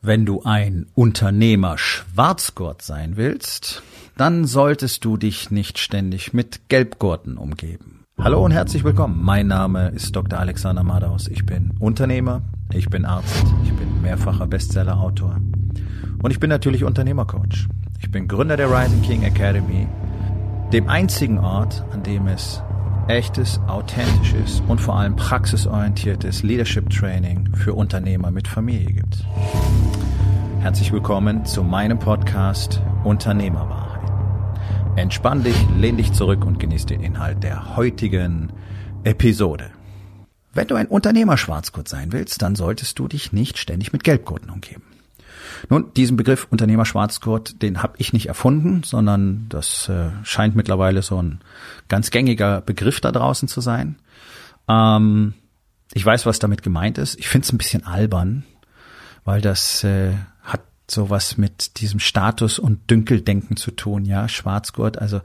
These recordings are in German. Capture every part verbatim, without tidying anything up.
Wenn du ein Unternehmer Schwarzgurt sein willst, dann solltest du dich nicht ständig mit Gelbgurten umgeben. Hallo und herzlich willkommen. Mein Name ist Doktor Alexander Madaus. Ich bin Unternehmer, ich bin Arzt, ich bin mehrfacher Bestseller-Autor und ich bin natürlich Unternehmercoach. Ich bin Gründer der Rising King Academy, dem einzigen Ort, an dem es echtes, authentisches und vor allem praxisorientiertes Leadership Training für Unternehmer mit Familie gibt. Herzlich willkommen zu meinem Podcast Unternehmerwahrheit. Entspann dich, lehn dich zurück und genieß den Inhalt der heutigen Episode. Wenn du ein Unternehmer-Schwarzgurt sein willst, dann solltest du dich nicht ständig mit Gelbgurten umgeben. Nun, diesen Begriff Unternehmer-Schwarzgurt, den habe ich nicht erfunden, sondern das äh, scheint mittlerweile so ein ganz gängiger Begriff da draußen zu sein. Ähm, ich weiß, was damit gemeint ist. Ich finde es ein bisschen albern, weil das äh, hat sowas mit diesem Status- und Dünkeldenken zu tun, ja, Schwarzgurt. Also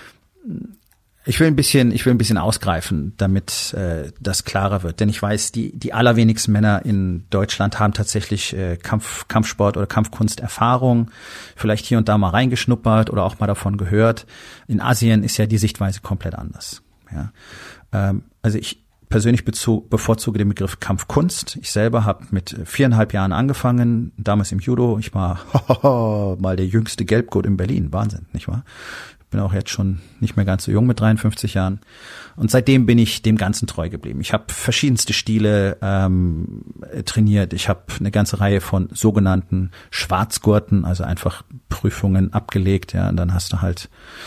ich will ein bisschen, ich will ein bisschen ausgreifen, damit äh, das klarer wird. Denn ich weiß, die die allerwenigsten Männer in Deutschland haben tatsächlich äh, Kampf, Kampfsport oder Kampfkunsterfahrung, vielleicht hier und da mal reingeschnuppert oder auch mal davon gehört. In Asien ist ja die Sichtweise komplett anders. Ja, ähm, also ich persönlich bezug, bevorzuge den Begriff Kampfkunst. Ich selber habe mit viereinhalb Jahren angefangen, damals im Judo. Ich war mal der jüngste Gelbgurt in Berlin. Wahnsinn, nicht wahr? Bin auch jetzt schon nicht mehr ganz so jung mit dreiundfünfzig Jahren. Und seitdem bin ich dem Ganzen treu geblieben. Ich habe verschiedenste Stile ähm, trainiert. Ich habe eine ganze Reihe von sogenannten Schwarzgurten, also einfach Prüfungen abgelegt. Ja, und dann hast du halt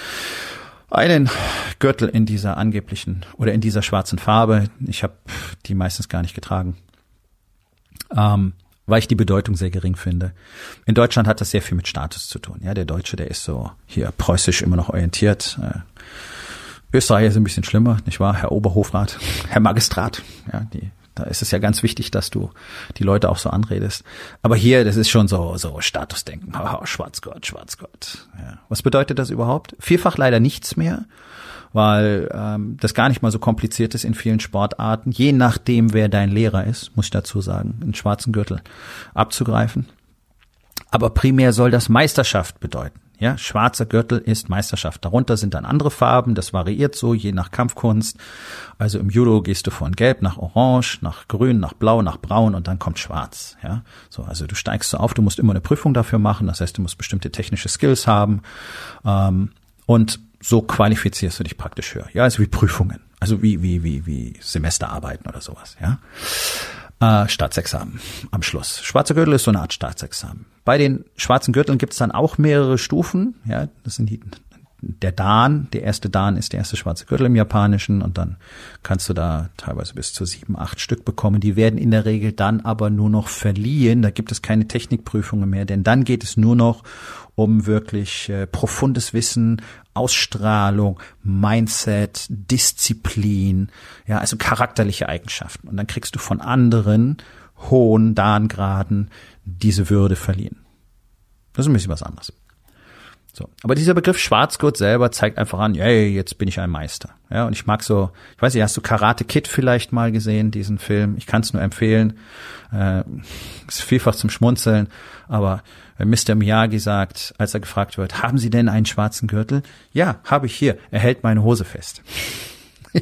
einen Gürtel in dieser angeblichen oder in dieser schwarzen Farbe. Ich habe die meistens gar nicht getragen. Ähm, weil ich die Bedeutung sehr gering finde. In Deutschland hat das sehr viel mit Status zu tun. Ja, der Deutsche, der ist so hier preußisch immer noch orientiert. Äh, Österreich ist ein bisschen schlimmer, nicht wahr? Herr Oberhofrat, Herr Magistrat. Ja, die, da ist es ja ganz wichtig, dass du die Leute auch so anredest. Aber hier, das ist schon so so Statusdenken. Haha, Schwarzgurt, Schwarzgurt. Ja. Was bedeutet das überhaupt? Vielfach leider nichts mehr, weil ähm, das gar nicht mal so kompliziert ist in vielen Sportarten, je nachdem, wer dein Lehrer ist, muss ich dazu sagen, einen schwarzen Gürtel abzugreifen. Aber primär soll das Meisterschaft bedeuten. Ja, schwarzer Gürtel ist Meisterschaft. Darunter sind dann andere Farben, das variiert so, je nach Kampfkunst. Also im Judo gehst du von Gelb nach Orange, nach Grün, nach Blau, nach Braun und dann kommt Schwarz. Ja, so, also du steigst so auf, du musst immer eine Prüfung dafür machen, das heißt, du musst bestimmte technische Skills haben ähm, und so qualifizierst du dich praktisch höher. Ja, also wie Prüfungen, also wie wie wie wie Semesterarbeiten oder sowas, ja. Äh, Staatsexamen am Schluss. Schwarzer Gürtel ist so eine Art Staatsexamen. Bei den schwarzen Gürteln gibt es dann auch mehrere Stufen, ja, das sind die, der Dan, der erste Dan ist der erste schwarze Gürtel im Japanischen und dann kannst du da teilweise bis zu sieben, acht Stück bekommen. Die werden in der Regel dann aber nur noch verliehen, da gibt es keine Technikprüfungen mehr, denn dann geht es nur noch um wirklich äh, profundes Wissen, Ausstrahlung, Mindset, Disziplin, ja, also charakterliche Eigenschaften. Und dann kriegst du von anderen hohen Dan-Graden diese Würde verliehen. Das ist ein bisschen was anderes. So, aber dieser Begriff Schwarzgurt selber zeigt einfach an, hey, jetzt bin ich ein Meister. Ja, und ich mag so, ich weiß nicht, hast du Karate Kid vielleicht mal gesehen, diesen Film? Ich kann es nur empfehlen. Äh, ist vielfach zum Schmunzeln, aber Mister Miyagi sagt, als er gefragt wird, haben Sie denn einen schwarzen Gürtel? Ja, habe ich hier. Er hält meine Hose fest. Ja.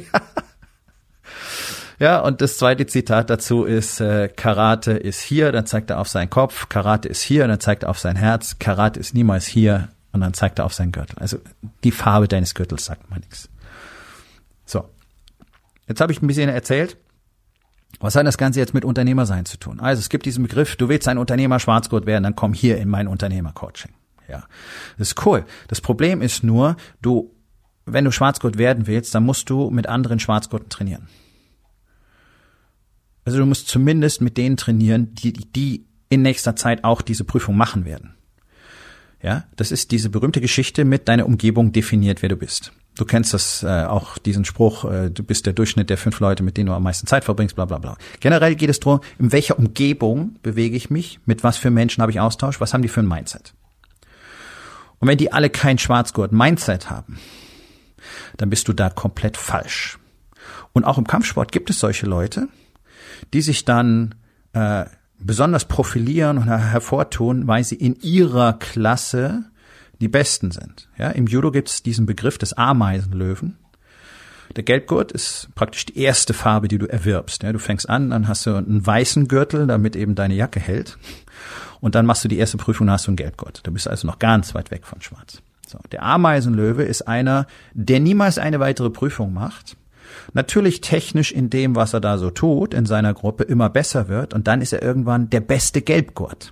Ja, und das zweite Zitat dazu ist, äh, Karate ist hier, dann zeigt er auf seinen Kopf, Karate ist hier, dann zeigt er auf sein Herz, Karate ist niemals hier, und dann zeigt er auf seinen Gürtel. Also die Farbe deines Gürtels sagt mal nichts. So, jetzt habe ich ein bisschen erzählt, was hat das Ganze jetzt mit Unternehmersein zu tun? Also es gibt diesen Begriff, du willst ein Unternehmer Schwarzgurt werden, dann komm hier in mein Unternehmercoaching. Ja, das ist cool. Das Problem ist nur, du, wenn du Schwarzgurt werden willst, dann musst du mit anderen Schwarzgurten trainieren. Also du musst zumindest mit denen trainieren, die, die in nächster Zeit auch diese Prüfung machen werden. Ja, das ist diese berühmte Geschichte mit deiner Umgebung definiert, wer du bist. Du kennst das äh, auch, diesen Spruch, äh, du bist der Durchschnitt der fünf Leute, mit denen du am meisten Zeit verbringst, bla bla bla. Generell geht es darum, in welcher Umgebung bewege ich mich, mit was für Menschen habe ich Austausch, was haben die für ein Mindset. Und wenn die alle kein Schwarzgurt-Mindset haben, dann bist du da komplett falsch. Und auch im Kampfsport gibt es solche Leute, die sich dann äh, besonders profilieren und hervortun, weil sie in ihrer Klasse die Besten sind. Ja, im Judo gibt es diesen Begriff des Ameisenlöwen. Der Gelbgurt ist praktisch die erste Farbe, die du erwirbst. Ja, du fängst an, dann hast du einen weißen Gürtel, damit eben deine Jacke hält. Und dann machst du die erste Prüfung, dann hast du einen Gelbgurt. Du bist also noch ganz weit weg von Schwarz. So, der Ameisenlöwe ist einer, der niemals eine weitere Prüfung macht. Natürlich technisch in dem, was er da so tut, in seiner Gruppe immer besser wird. Und dann ist er irgendwann der beste Gelbgurt.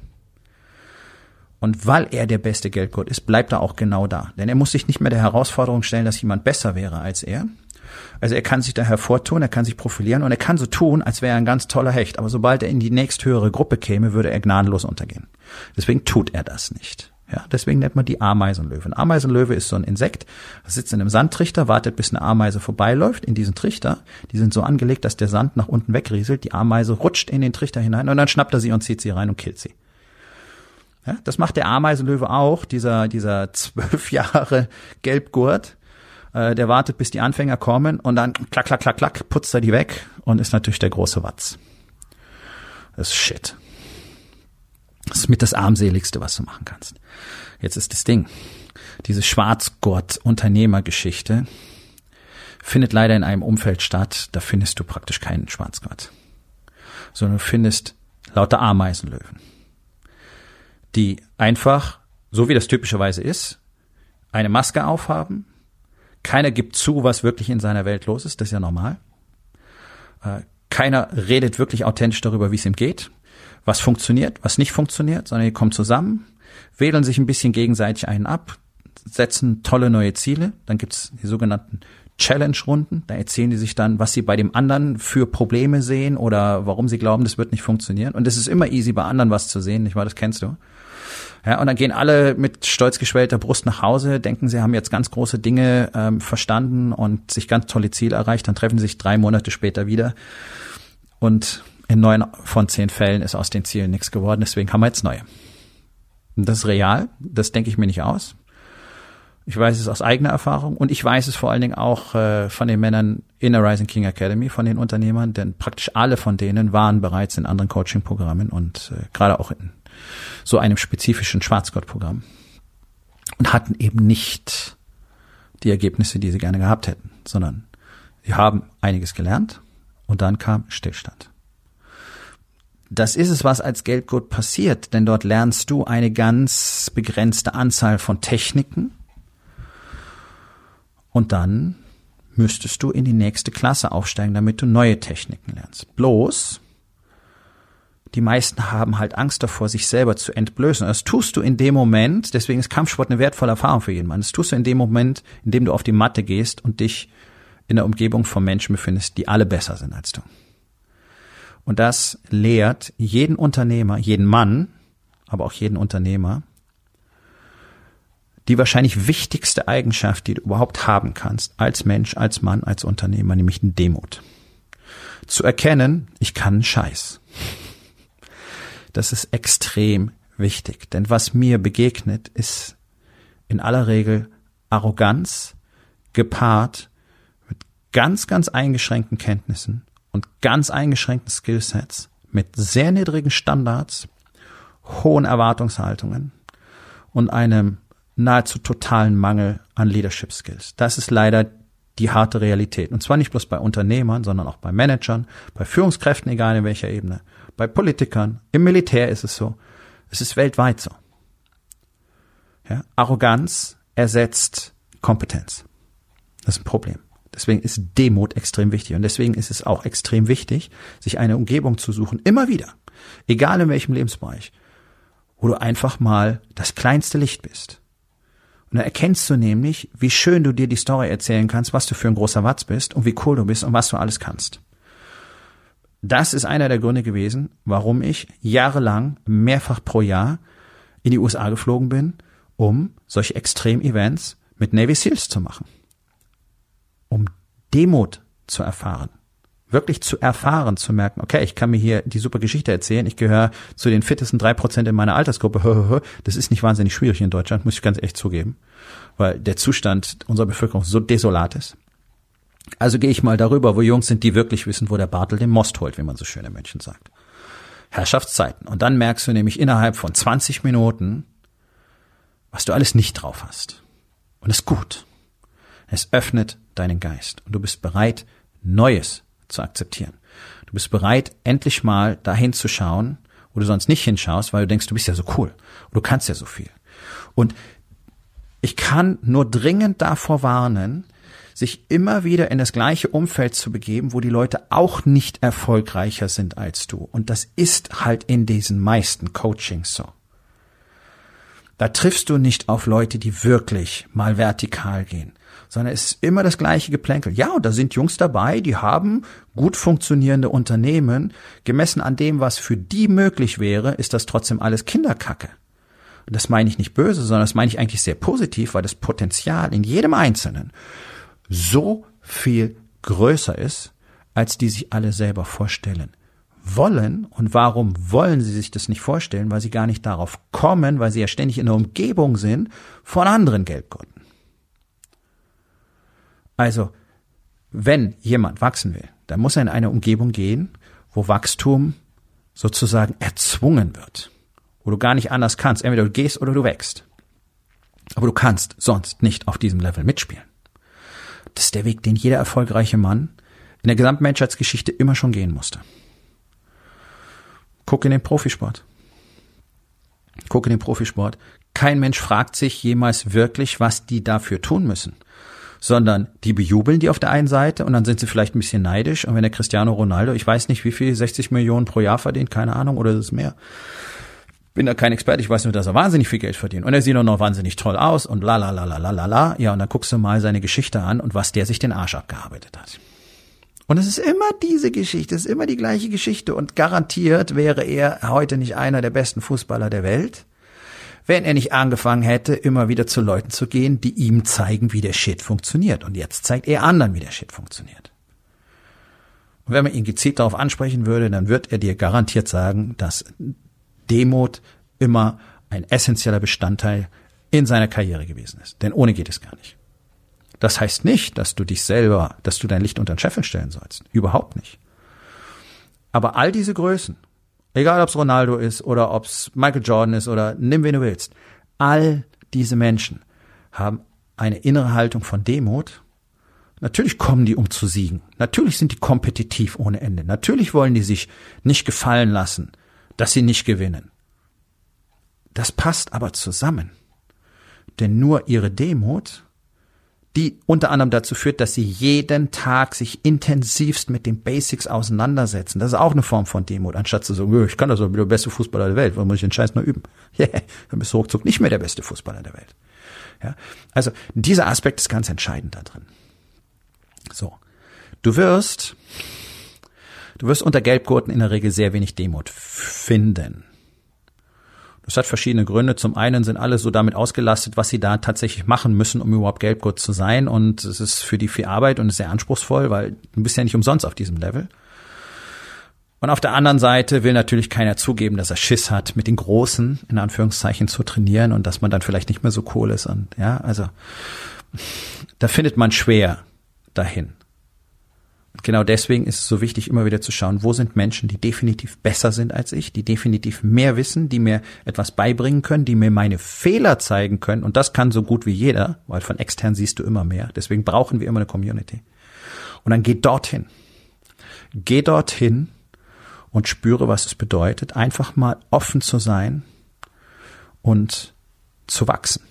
Und weil er der beste Gelbgurt ist, bleibt er auch genau da. Denn er muss sich nicht mehr der Herausforderung stellen, dass jemand besser wäre als er. Also er kann sich da hervortun, er kann sich profilieren und er kann so tun, als wäre er ein ganz toller Hecht. Aber sobald er in die nächsthöhere Gruppe käme, würde er gnadenlos untergehen. Deswegen tut er das nicht. Ja, deswegen nennt man die Ameisenlöwe. Ein Ameisenlöwe ist so ein Insekt, das sitzt in einem Sandtrichter, wartet, bis eine Ameise vorbeiläuft in diesen Trichter. Die sind so angelegt, dass der Sand nach unten wegrieselt. Die Ameise rutscht in den Trichter hinein und dann schnappt er sie und zieht sie rein und killt sie. Ja, das macht der Ameisenlöwe auch, dieser dieser zwölf Jahre Gelbgurt. Äh, der wartet, bis die Anfänger kommen und dann klack, klack, klack, klack, putzt er die weg und ist natürlich der große Watz. Das ist Shit. Das ist mit das armseligste, was du machen kannst. Jetzt ist das Ding. Diese Schwarzgurt-Unternehmergeschichte findet leider in einem Umfeld statt, da findest du praktisch keinen Schwarzgurt. Sondern du findest lauter Ameisenlöwen, die einfach, so wie das typischerweise ist, eine Maske aufhaben. Keiner gibt zu, was wirklich in seiner Welt los ist, das ist ja normal. Keiner redet wirklich authentisch darüber, wie es ihm geht, was funktioniert, was nicht funktioniert, sondern die kommen zusammen, wedeln sich ein bisschen gegenseitig einen ab, setzen tolle neue Ziele. Dann gibt's die sogenannten Challenge-Runden. Da erzählen die sich dann, was sie bei dem anderen für Probleme sehen oder warum sie glauben, das wird nicht funktionieren. Und es ist immer easy, bei anderen was zu sehen, nicht wahr? Das kennst du. Ja, und dann gehen alle mit stolz geschwellter Brust nach Hause, denken, sie haben jetzt ganz große Dinge ähm, verstanden und sich ganz tolle Ziele erreicht. Dann treffen sie sich drei Monate später wieder und in neun von zehn Fällen ist aus den Zielen nichts geworden. Deswegen haben wir jetzt neue. Und das ist real. Das denke ich mir nicht aus. Ich weiß es aus eigener Erfahrung und ich weiß es vor allen Dingen auch äh, von den Männern in der Rising King Academy, von den Unternehmern, denn praktisch alle von denen waren bereits in anderen Coaching-Programmen und äh, gerade auch in so einem spezifischen Schwarzgurt-Programm und hatten eben nicht die Ergebnisse, die sie gerne gehabt hätten, sondern sie haben einiges gelernt und dann kam Stillstand. Das ist es, was als Gelbgurt passiert, denn dort lernst du eine ganz begrenzte Anzahl von Techniken und dann müsstest du in die nächste Klasse aufsteigen, damit du neue Techniken lernst. Bloß, die meisten haben halt Angst davor, sich selber zu entblößen. Das tust du in dem Moment, deswegen ist Kampfsport eine wertvolle Erfahrung für jeden Mann. Das tust du in dem Moment, in dem du auf die Matte gehst und dich in der Umgebung von Menschen befindest, die alle besser sind als du. Und das lehrt jeden Unternehmer, jeden Mann, aber auch jeden Unternehmer, die wahrscheinlich wichtigste Eigenschaft, die du überhaupt haben kannst, als Mensch, als Mann, als Unternehmer, nämlich eine Demut. Zu erkennen, ich kann einen Scheiß. Das ist extrem wichtig, denn was mir begegnet, ist in aller Regel Arroganz gepaart mit ganz, ganz eingeschränkten Kenntnissen und ganz eingeschränkten Skillsets, mit sehr niedrigen Standards, hohen Erwartungshaltungen und einem nahezu totalen Mangel an Leadership Skills. Das ist leider die harte Realität. Und zwar nicht bloß bei Unternehmern, sondern auch bei Managern, bei Führungskräften, egal in welcher Ebene, bei Politikern, im Militär ist es so. Es ist weltweit so. Ja, Arroganz ersetzt Kompetenz. Das ist ein Problem. Deswegen ist Demut extrem wichtig. Und deswegen ist es auch extrem wichtig, sich eine Umgebung zu suchen, immer wieder, egal in welchem Lebensbereich, wo du einfach mal das kleinste Licht bist. Und da erkennst du nämlich, wie schön du dir die Story erzählen kannst, was du für ein großer Watz bist und wie cool du bist und was du alles kannst. Das ist einer der Gründe gewesen, warum ich jahrelang mehrfach pro Jahr in die U S A geflogen bin, um solche Extrem-Events mit Navy Seals zu machen. Um Demut zu erfahren. Wirklich zu erfahren, zu merken, okay, ich kann mir hier die super Geschichte erzählen, ich gehöre zu den fittesten drei Prozent in meiner Altersgruppe. Das ist nicht wahnsinnig schwierig in Deutschland, muss ich ganz echt zugeben, weil der Zustand unserer Bevölkerung so desolat ist. Also gehe ich mal darüber, wo Jungs sind, die wirklich wissen, wo der Bartel den Most holt, wie man so schön in München sagt. Herrschaftszeiten. Und dann merkst du nämlich innerhalb von zwanzig Minuten, was du alles nicht drauf hast. Und das ist gut. Es öffnet deinen Geist. Und du bist bereit, Neues zu akzeptieren. Du bist bereit, endlich mal dahin zu schauen, wo du sonst nicht hinschaust, weil du denkst, du bist ja so cool. Und du kannst ja so viel. Und ich kann nur dringend davor warnen, sich immer wieder in das gleiche Umfeld zu begeben, wo die Leute auch nicht erfolgreicher sind als du. Und das ist halt in diesen meisten Coachings so. Da triffst du nicht auf Leute, die wirklich mal vertikal gehen, sondern es ist immer das gleiche Geplänkel. Ja, und da sind Jungs dabei, die haben gut funktionierende Unternehmen. Gemessen an dem, was für die möglich wäre, ist das trotzdem alles Kinderkacke. Und das meine ich nicht böse, sondern das meine ich eigentlich sehr positiv, weil das Potenzial in jedem Einzelnen so viel größer ist, als die sich alle selber vorstellen wollen. Und warum wollen sie sich das nicht vorstellen? Weil sie gar nicht darauf kommen, weil sie ja ständig in der Umgebung sind von anderen Gelbgurten. Also, wenn jemand wachsen will, dann muss er in eine Umgebung gehen, wo Wachstum sozusagen erzwungen wird. Wo du gar nicht anders kannst. Entweder du gehst oder du wächst. Aber du kannst sonst nicht auf diesem Level mitspielen. Das ist der Weg, den jeder erfolgreiche Mann in der gesamten Menschheitsgeschichte immer schon gehen musste. Guck in den Profisport. Guck in den Profisport. Kein Mensch fragt sich jemals wirklich, was die dafür tun müssen. Sondern die bejubeln die auf der einen Seite und dann sind sie vielleicht ein bisschen neidisch. Und wenn der Cristiano Ronaldo, ich weiß nicht wie viel, sechzig Millionen pro Jahr verdient, keine Ahnung, oder ist es mehr. Bin da kein Experte, ich weiß nur, dass er wahnsinnig viel Geld verdient. Und er sieht auch noch wahnsinnig toll aus und la la la la la la la. Ja, und dann guckst du mal seine Geschichte an und was der sich den Arsch abgearbeitet hat. Und es ist immer diese Geschichte, es ist immer die gleiche Geschichte. Und garantiert wäre er heute nicht einer der besten Fußballer der Welt, wenn er nicht angefangen hätte, immer wieder zu Leuten zu gehen, die ihm zeigen, wie der Shit funktioniert. Und jetzt zeigt er anderen, wie der Shit funktioniert. Und wenn man ihn gezielt darauf ansprechen würde, dann wird er dir garantiert sagen, dass Demut immer ein essentieller Bestandteil in seiner Karriere gewesen ist. Denn ohne geht es gar nicht. Das heißt nicht, dass du dich selber, dass du dein Licht unter den Scheffel stellen sollst. Überhaupt nicht. Aber all diese Größen, egal ob es Ronaldo ist oder ob es Michael Jordan ist oder nimm wen du willst, all diese Menschen haben eine innere Haltung von Demut. Natürlich kommen die, um zu siegen. Natürlich sind die kompetitiv ohne Ende. Natürlich wollen die sich nicht gefallen lassen, dass sie nicht gewinnen. Das passt aber zusammen. Denn nur ihre Demut, die unter anderem dazu führt, dass sie jeden Tag sich intensivst mit den Basics auseinandersetzen. Das ist auch eine Form von Demut, anstatt zu sagen, ich kann das, ich bin der beste Fußballer der Welt, warum muss ich den Scheiß nur üben? Yeah, dann bist du ruckzuck nicht mehr der beste Fußballer der Welt. Ja, also dieser Aspekt ist ganz entscheidend da drin. So, du wirst, du wirst unter Gelbgurten in der Regel sehr wenig Demut finden. Das hat verschiedene Gründe. Zum einen sind alle so damit ausgelastet, was sie da tatsächlich machen müssen, um überhaupt Gelbgurt zu sein. Und es ist für die viel Arbeit und ist sehr anspruchsvoll, weil du bist ja nicht umsonst auf diesem Level. Und auf der anderen Seite will natürlich keiner zugeben, dass er Schiss hat, mit den Großen, in Anführungszeichen, zu trainieren und dass man dann vielleicht nicht mehr so cool ist. Und ja, also da findet man schwer dahin. Genau deswegen ist es so wichtig, immer wieder zu schauen, wo sind Menschen, die definitiv besser sind als ich, die definitiv mehr wissen, die mir etwas beibringen können, die mir meine Fehler zeigen können. Und das kann so gut wie jeder, weil von extern siehst du immer mehr. Deswegen brauchen wir immer eine Community. Und dann geh dorthin. Geh dorthin und spüre, was es bedeutet, einfach mal offen zu sein und zu wachsen.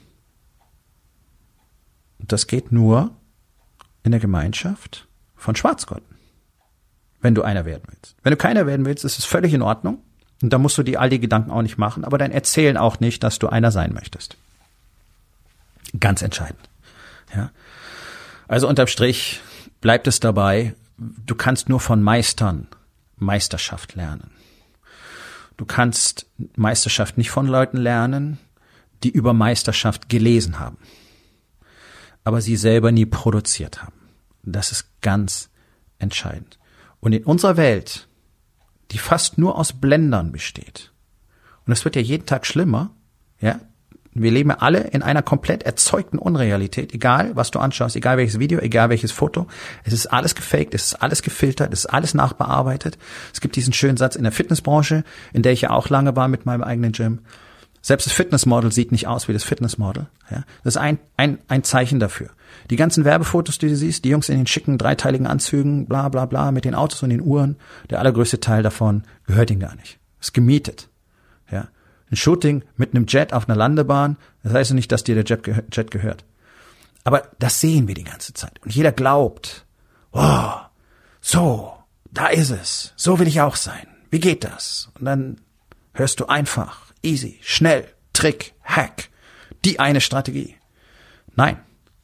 Und das geht nur in der Gemeinschaft von Schwarzgurten, wenn du einer werden willst. Wenn du keiner werden willst, ist es völlig in Ordnung. Und da musst du dir all die Gedanken auch nicht machen, aber dann erzählen auch nicht, dass du einer sein möchtest. Ganz entscheidend. Ja. Also unterm Strich bleibt es dabei, du kannst nur von Meistern Meisterschaft lernen. Du kannst Meisterschaft nicht von Leuten lernen, die über Meisterschaft gelesen haben, aber sie selber nie produziert haben. Das ist ganz entscheidend. Und in unserer Welt, die fast nur aus Blendern besteht, und es wird ja jeden Tag schlimmer, ja, Wir leben alle in einer komplett erzeugten Unrealität, egal was du anschaust, egal welches Video, egal welches Foto. Es ist alles gefaked, es ist alles gefiltert, es ist alles nachbearbeitet. Es gibt diesen schönen Satz in der Fitnessbranche, in der ich ja auch lange war mit meinem eigenen Gym. Selbst das Fitnessmodel sieht nicht aus wie das Fitnessmodel. Ja, das ist ein, ein, ein Zeichen dafür. Die ganzen Werbefotos, die du siehst, die Jungs in den schicken, dreiteiligen Anzügen, bla bla bla, mit den Autos und den Uhren, der allergrößte Teil davon gehört ihnen gar nicht. Ist gemietet. Ja, ein Shooting mit einem Jet auf einer Landebahn, das heißt nicht, dass dir der Jet, ge- Jet gehört. Aber das sehen wir die ganze Zeit. Und jeder glaubt, wow, so, da ist es, so will ich auch sein. Wie geht das? Und dann hörst du einfach, easy, schnell, Trick, Hack, die eine Strategie. Nein.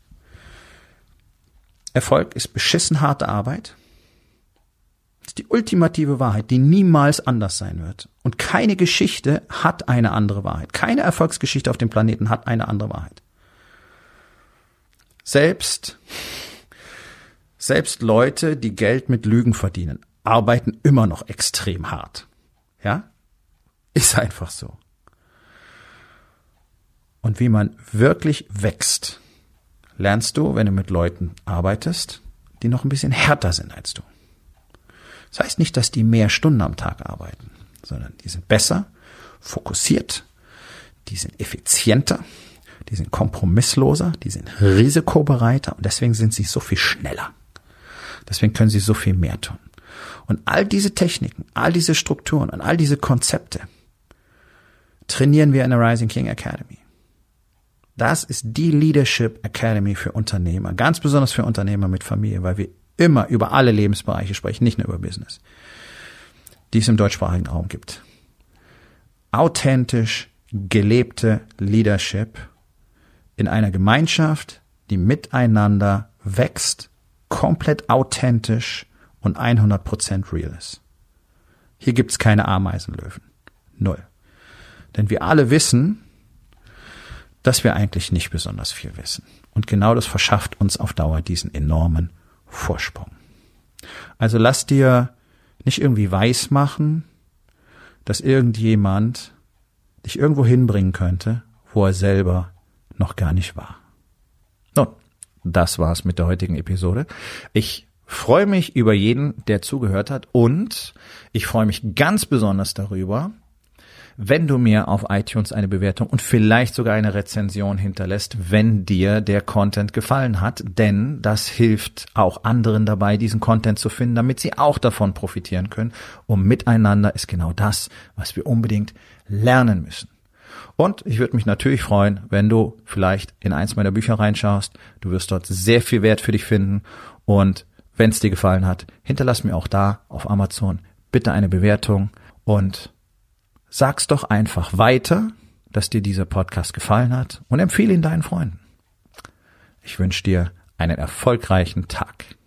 Erfolg ist beschissen harte Arbeit. Das ist die ultimative Wahrheit, die niemals anders sein wird. Und keine Geschichte hat eine andere Wahrheit. Keine Erfolgsgeschichte auf dem Planeten hat eine andere Wahrheit. Selbst, selbst Leute, die Geld mit Lügen verdienen, arbeiten immer noch extrem hart. Ja? Ist einfach so. Und wie man wirklich wächst, lernst du, wenn du mit Leuten arbeitest, die noch ein bisschen härter sind als du. Das heißt nicht, dass die mehr Stunden am Tag arbeiten, sondern die sind besser, fokussiert, die sind effizienter, die sind kompromissloser, die sind risikobereiter und deswegen sind sie so viel schneller. Deswegen können sie so viel mehr tun. Und all diese Techniken, all diese Strukturen und all diese Konzepte trainieren wir in der Rising King Academy. Das ist die Leadership Academy für Unternehmer, ganz besonders für Unternehmer mit Familie, weil wir immer über alle Lebensbereiche sprechen, nicht nur über Business, die es im deutschsprachigen Raum gibt. Authentisch gelebte Leadership in einer Gemeinschaft, die miteinander wächst, komplett authentisch und hundert Prozent real ist. Hier gibt's keine Ameisenlöwen. Null. Denn wir alle wissen, dass wir eigentlich nicht besonders viel wissen. Und genau das verschafft uns auf Dauer diesen enormen Vorsprung. Also lass dir nicht irgendwie weismachen, dass irgendjemand dich irgendwo hinbringen könnte, wo er selber noch gar nicht war. Nun, das war's mit der heutigen Episode. Ich freue mich über jeden, der zugehört hat und ich freue mich ganz besonders darüber, wenn du mir auf iTunes eine Bewertung und vielleicht sogar eine Rezension hinterlässt, wenn dir der Content gefallen hat, denn das hilft auch anderen dabei, diesen Content zu finden, damit sie auch davon profitieren können. Und miteinander ist genau das, was wir unbedingt lernen müssen. Und ich würde mich natürlich freuen, wenn du vielleicht in eins meiner Bücher reinschaust. Du wirst dort sehr viel Wert für dich finden. Und wenn es dir gefallen hat, hinterlass mir auch da auf Amazon bitte eine Bewertung und sag's doch einfach weiter, dass dir dieser Podcast gefallen hat und empfehle ihn deinen Freunden. Ich wünsche dir einen erfolgreichen Tag.